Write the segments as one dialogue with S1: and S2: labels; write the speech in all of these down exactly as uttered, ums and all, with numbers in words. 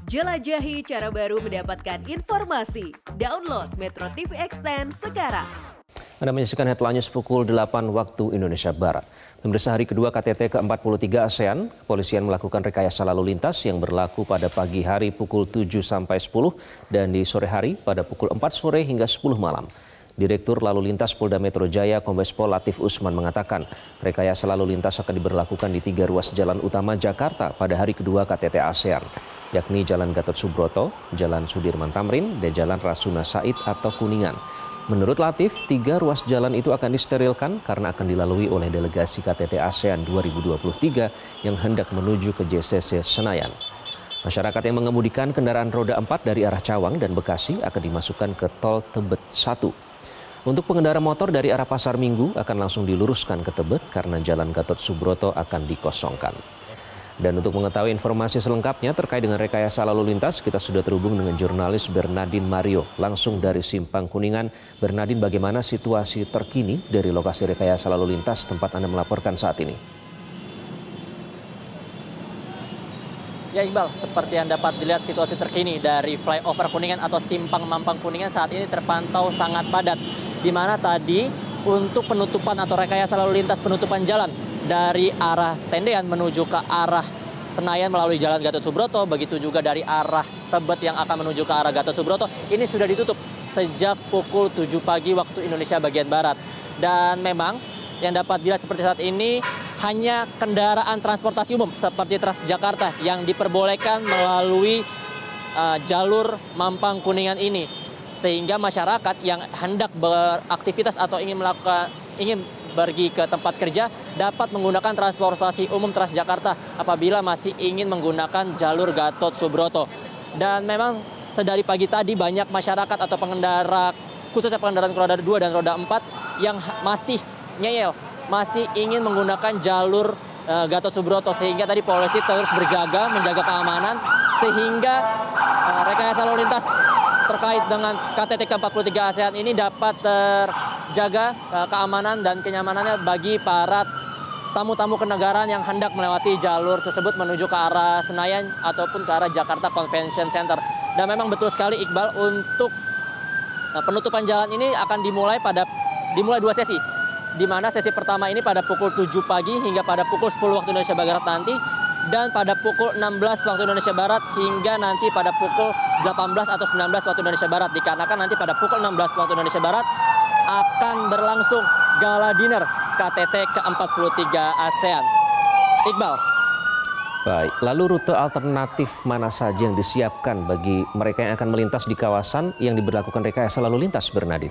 S1: Jelajahi cara baru mendapatkan informasi. Download Metro T V Extend sekarang.
S2: Anda menyaksikan Headline News pukul delapan waktu Indonesia Barat. Pemirsa, hari kedua K T T ke empat puluh tiga ASEAN, kepolisian melakukan rekayasa lalu lintas yang berlaku pada pagi hari pukul tujuh sampai sepuluh dan di sore hari pada pukul empat sore hingga sepuluh malam. Direktur Lalu Lintas Polda Metro Jaya Kombes Pol Latif Usman mengatakan rekayasa lalu lintas akan diberlakukan di tiga ruas jalan utama Jakarta pada hari kedua K T T ASEAN, yakni Jalan Gatot Subroto, Jalan Sudirman Tamrin, dan Jalan Rasuna Said atau Kuningan. Menurut Latif, tiga ruas jalan itu akan disterilkan karena akan dilalui oleh delegasi K T T ASEAN dua ribu dua puluh tiga yang hendak menuju ke J C C Senayan. Masyarakat yang mengemudikan kendaraan roda empat dari arah Cawang dan Bekasi akan dimasukkan ke tol Tebet satu. Untuk pengendara motor dari arah Pasar Minggu akan langsung diluruskan ke Tebet karena Jalan Gatot Subroto akan dikosongkan. Dan untuk mengetahui informasi selengkapnya terkait dengan rekayasa lalu lintas, kita sudah terhubung dengan jurnalis Bernardine Mario langsung dari Simpang Kuningan. Bernardine, bagaimana situasi terkini dari lokasi rekayasa lalu lintas tempat Anda melaporkan saat ini?
S3: Ya Iqbal, seperti yang dapat dilihat situasi terkini dari flyover Kuningan atau Simpang Mampang Kuningan saat ini terpantau sangat padat. Di mana tadi untuk penutupan atau rekayasa lalu lintas penutupan jalan dari arah Tendean menuju ke arah Senayan melalui Jalan Gatot Subroto, begitu juga dari arah Tebet yang akan menuju ke arah Gatot Subroto, ini sudah ditutup sejak pukul tujuh pagi waktu Indonesia bagian Barat. Dan memang yang dapat dilihat seperti saat ini hanya kendaraan transportasi umum seperti Transjakarta yang diperbolehkan melalui uh, jalur Mampang Kuningan ini. Sehingga masyarakat yang hendak beraktivitas atau ingin melakukan ingin pergi ke tempat kerja dapat menggunakan transportasi umum Transjakarta apabila masih ingin menggunakan jalur Gatot Subroto. Dan memang sedari pagi tadi banyak masyarakat atau pengendara, khususnya pengendara roda dua dan roda empat yang masih ngeyel, masih ingin menggunakan jalur uh, Gatot Subroto, sehingga tadi polisi terus berjaga menjaga keamanan sehingga uh, rekayasa lalu lintas terkait dengan K T T ke empat puluh tiga ASEAN ini dapat terjaga uh, keamanan dan kenyamanannya bagi para tamu-tamu kenegaraan yang hendak melewati jalur tersebut menuju ke arah Senayan ataupun ke arah Jakarta Convention Center. Dan memang betul sekali Iqbal, untuk uh, penutupan jalan ini akan dimulai pada dimulai dua sesi, di mana sesi pertama ini pada pukul tujuh pagi hingga pada pukul sepuluh waktu Indonesia Barat nanti, dan pada pukul enam belas waktu Indonesia Barat hingga nanti pada pukul delapan belas atau sembilan belas waktu Indonesia Barat. Dikarenakan nanti pada pukul enam belas waktu Indonesia Barat akan berlangsung gala dinner K T T ke empat puluh tiga ASEAN. Iqbal.
S2: Baik, lalu rute alternatif mana saja yang disiapkan bagi mereka yang akan melintas di kawasan yang diberlakukan rekayasa lalu lintas, Bernardine?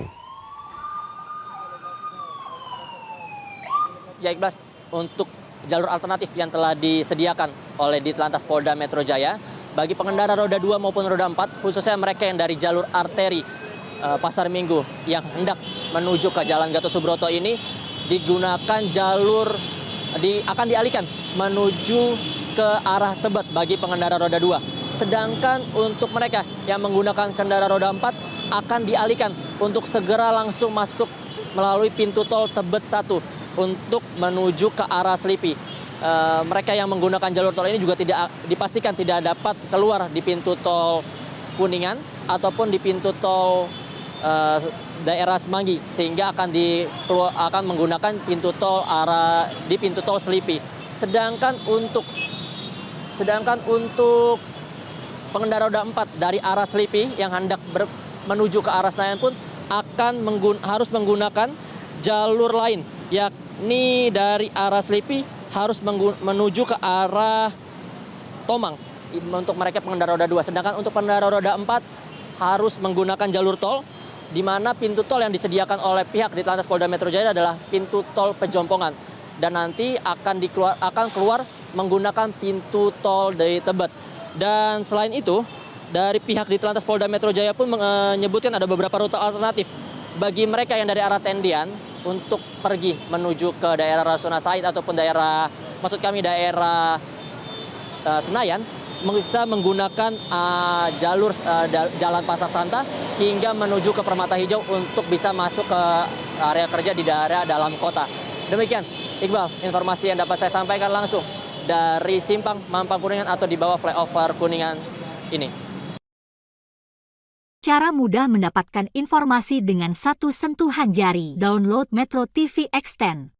S3: Ya Iqbal, untuk jalur alternatif yang telah disediakan oleh Ditlantas Polda Metro Jaya bagi pengendara roda dua maupun roda empat, khususnya mereka yang dari jalur arteri uh, Pasar Minggu yang hendak menuju ke Jalan Gatot Subroto ini, digunakan jalur di akan dialihkan menuju ke arah Tebet bagi pengendara roda dua. Sedangkan untuk mereka yang menggunakan kendaraan roda empat akan dialihkan untuk segera langsung masuk melalui pintu tol Tebet satu untuk menuju ke arah Selipi. E, mereka yang menggunakan jalur tol ini juga tidak dipastikan tidak dapat keluar di pintu tol Kuningan ataupun di pintu tol e, daerah Semanggi, sehingga akan di akan menggunakan pintu tol arah di pintu tol Selipi. Sedangkan untuk sedangkan untuk pengendara roda empat dari arah Selipi yang hendak ber, menuju ke arah Senayan pun akan menggun, harus menggunakan jalur lain, yakni dari arah Selipi harus menuju ke arah Tomang untuk mereka pengendara roda dua. Sedangkan untuk pengendara roda empat harus menggunakan jalur tol, di mana pintu tol yang disediakan oleh pihak Ditlantas Polda Metro Jaya adalah pintu tol Pejompongan. Dan nanti akan, dikeluar, akan keluar menggunakan pintu tol dari Tebet. Dan selain itu, dari pihak Ditlantas Polda Metro Jaya pun menyebutkan ada beberapa rute alternatif bagi mereka yang dari arah Tendian untuk pergi menuju ke daerah Rasuna Said ataupun daerah, maksud kami daerah uh, Senayan, bisa menggunakan uh, jalur uh, Jalan Pasar Santa hingga menuju ke Permata Hijau untuk bisa masuk ke area kerja di daerah dalam kota. Demikian, Iqbal, informasi yang dapat saya sampaikan langsung dari Simpang Mampang Kuningan atau di bawah flyover Kuningan ini.
S4: Cara mudah mendapatkan informasi dengan satu sentuhan jari. Download Metro T V Extend.